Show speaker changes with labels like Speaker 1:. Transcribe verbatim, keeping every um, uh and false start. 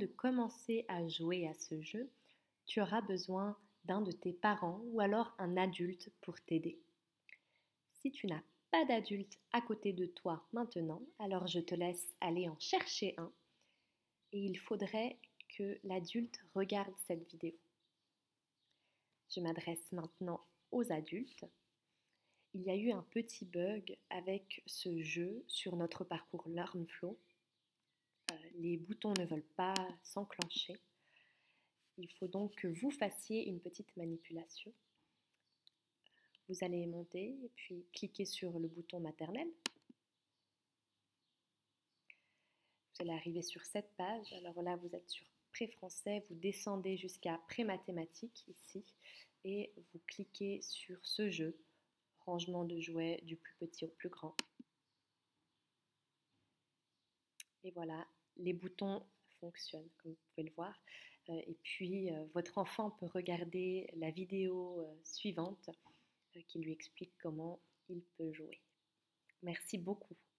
Speaker 1: de commencer à jouer à ce jeu, tu auras besoin d'un de tes parents ou alors un adulte pour t'aider. Si tu n'as pas d'adulte à côté de toi maintenant, alors je te laisse aller en chercher un et il faudrait que l'adulte regarde cette vidéo. Je m'adresse maintenant aux adultes. Il y a eu un petit bug avec ce jeu sur notre parcours LearnFlow. Euh, les boutons ne veulent pas s'enclencher. Il faut donc que vous fassiez une petite manipulation. Vous allez monter et puis cliquer sur le bouton maternelle. Vous allez arriver sur cette page. Alors là, vous êtes sur pré-français, vous descendez jusqu'à pré-mathématiques ici et vous cliquez sur ce jeu, rangement de jouets du plus petit au plus grand. Et voilà, les boutons fonctionnent, comme vous pouvez le voir. Euh, et puis, euh, votre enfant peut regarder la vidéo euh, suivante euh, qui lui explique comment il peut jouer. Merci beaucoup.